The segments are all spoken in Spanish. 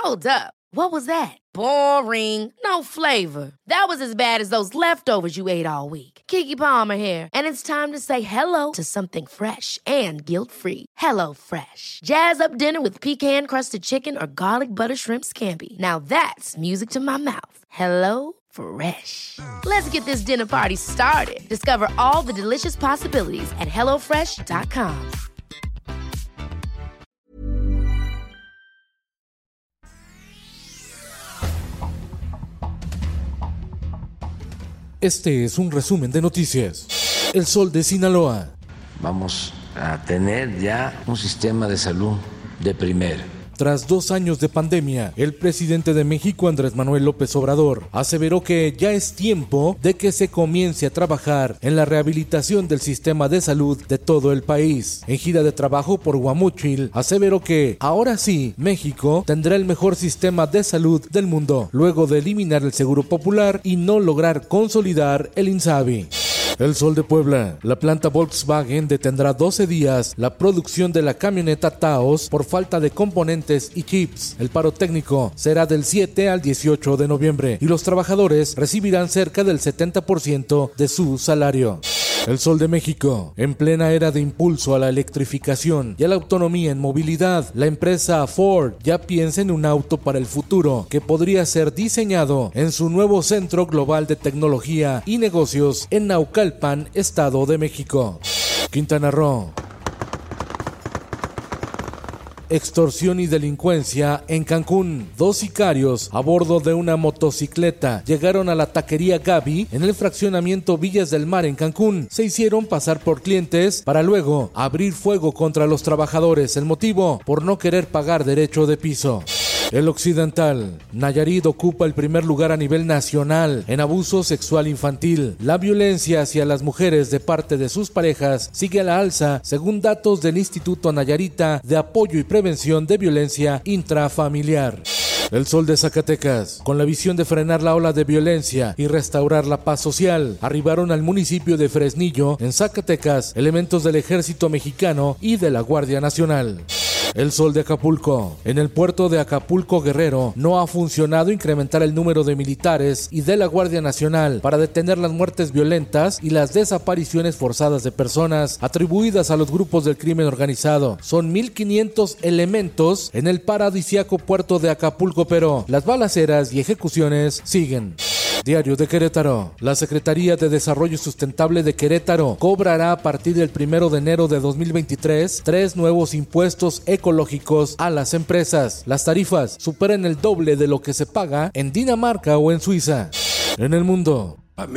Hold up. What was that? Boring. No flavor. That was as bad as those leftovers you ate all week. Keke Palmer here, and it's time to say hello to something fresh and guilt-free. Hello Fresh. Jazz up dinner with pecan-crusted chicken or garlic butter shrimp scampi. Now that's music to my mouth. Hello Fresh. Let's get this dinner party started. Discover all the delicious possibilities at hellofresh.com. Este es un resumen de noticias. El Sol de Sinaloa. Vamos a tener ya un sistema de salud de primera. Tras 2 años de pandemia, el presidente de México, Andrés Manuel López Obrador, aseveró que ya es tiempo de que se comience a trabajar en la rehabilitación del sistema de salud de todo el país. En gira de trabajo por Guamúchil, aseveró que ahora sí, México tendrá el mejor sistema de salud del mundo, luego de eliminar el Seguro Popular y no lograr consolidar el INSABI. El Sol de Puebla. La planta Volkswagen detendrá 12 días la producción de la camioneta Taos por falta de componentes y chips. El paro técnico será del 7 al 18 de noviembre y los trabajadores recibirán cerca del 70% de su salario. El Sol de México. En plena era de impulso a la electrificación y a la autonomía en movilidad, la empresa Ford ya piensa en un auto para el futuro que podría ser diseñado en su nuevo Centro Global de Tecnología y Negocios en Naucalpan, Estado de México. Quintana Roo. Extorsión y delincuencia en Cancún. 2 sicarios a bordo de una motocicleta llegaron a la taquería Gaby en el fraccionamiento Villas del Mar en Cancún. Se hicieron pasar por clientes para luego abrir fuego contra los trabajadores. El motivo, por no querer pagar derecho de piso. El Occidental. Nayarit ocupa el primer lugar a nivel nacional en abuso sexual infantil. La violencia hacia las mujeres de parte de sus parejas sigue a la alza, según datos del Instituto Nayarita de Apoyo y Prevención de Violencia Intrafamiliar. El Sol de Zacatecas. Con la visión de frenar la ola de violencia y restaurar la paz social, arribaron al municipio de Fresnillo, en Zacatecas, elementos del Ejército Mexicano y de la Guardia Nacional. El Sol de Acapulco. En el puerto de Acapulco Guerrero no ha funcionado incrementar el número de militares y de la Guardia Nacional para detener las muertes violentas y las desapariciones forzadas de personas atribuidas a los grupos del crimen organizado. Son 1,500 elementos en el paradisíaco puerto de Acapulco, pero las balaceras y ejecuciones siguen. Diario de Querétaro. La Secretaría de Desarrollo Sustentable de Querétaro cobrará a partir del 1 de enero de 2023 3 nuevos impuestos ecológicos a las empresas. Las tarifas superan el doble de lo que se paga en Dinamarca o en Suiza. En el mundo.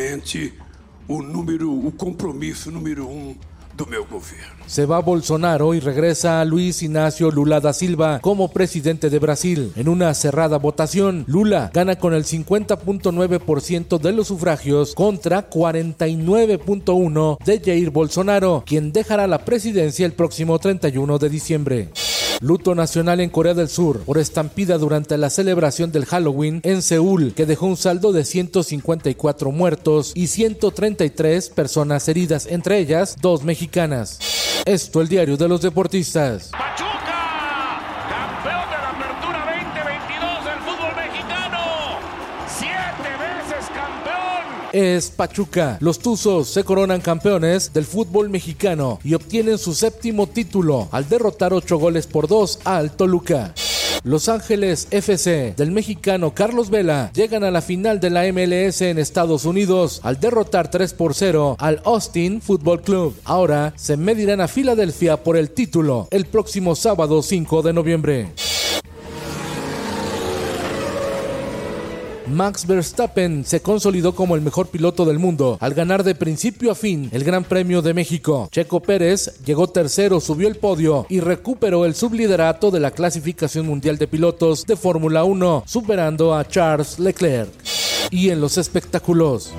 O compromiso número 1 do meu governo. Se va Bolsonaro y regresa Luis Inácio Lula da Silva como presidente de Brasil. En una cerrada votación, Lula gana con el 50.9% de los sufragios contra 49.1% de Jair Bolsonaro, quien dejará la presidencia el próximo 31 de diciembre. Luto nacional en Corea del Sur por estampida durante la celebración del Halloween en Seúl, que dejó un saldo de 154 muertos y 133 personas heridas, entre ellas 2 mexicanas. Esto, el diario de los deportistas. Pachuca, campeón de la Apertura 2022 del fútbol mexicano, 7 veces campeón. Es Pachuca. Los Tuzos se coronan campeones del fútbol mexicano y obtienen su 7º título al derrotar 8-2 al Toluca. Los Ángeles FC del mexicano Carlos Vela llegan a la final de la MLS en Estados Unidos al derrotar 3-0 al Austin Football Club. Ahora se medirán a Filadelfia por el título el próximo sábado 5 de noviembre. Max Verstappen se consolidó como el mejor piloto del mundo al ganar de principio a fin el Gran Premio de México. Checo Pérez llegó tercero, subió el podio y recuperó el subliderato de la clasificación mundial de pilotos de Fórmula 1, superando a Charles Leclerc. Y en los espectáculos,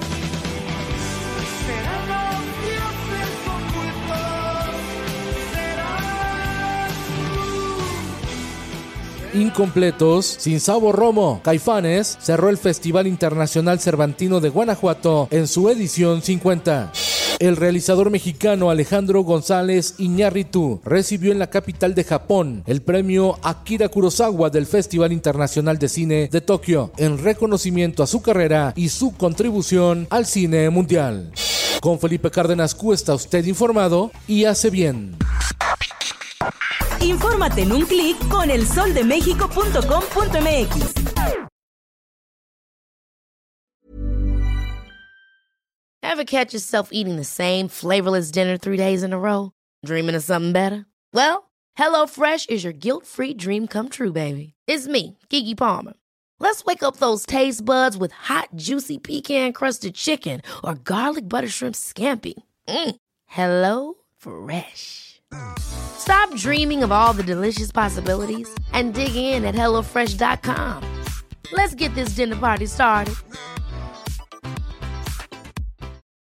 incompletos, sin sabor romo. Caifanes cerró el Festival Internacional Cervantino de Guanajuato en su edición 50. El realizador mexicano Alejandro González Iñárritu recibió en la capital de Japón el premio Akira Kurosawa del Festival Internacional de Cine de Tokio en reconocimiento a su carrera y su contribución al cine mundial. Con Felipe Cárdenas Q está usted informado y hace bien. Infórmate en un clic con elsoldemexico.com.mx. Ever catch yourself eating the same flavorless dinner 3 days in a row? Dreaming of something better? Well, HelloFresh is your guilt-free dream come true, baby. It's me, Keke Palmer. Let's wake up those taste buds with hot, juicy pecan-crusted chicken or garlic butter shrimp scampi. Hello Fresh. Stop dreaming of all the delicious possibilities and dig in at HelloFresh.com. Let's get this dinner party started.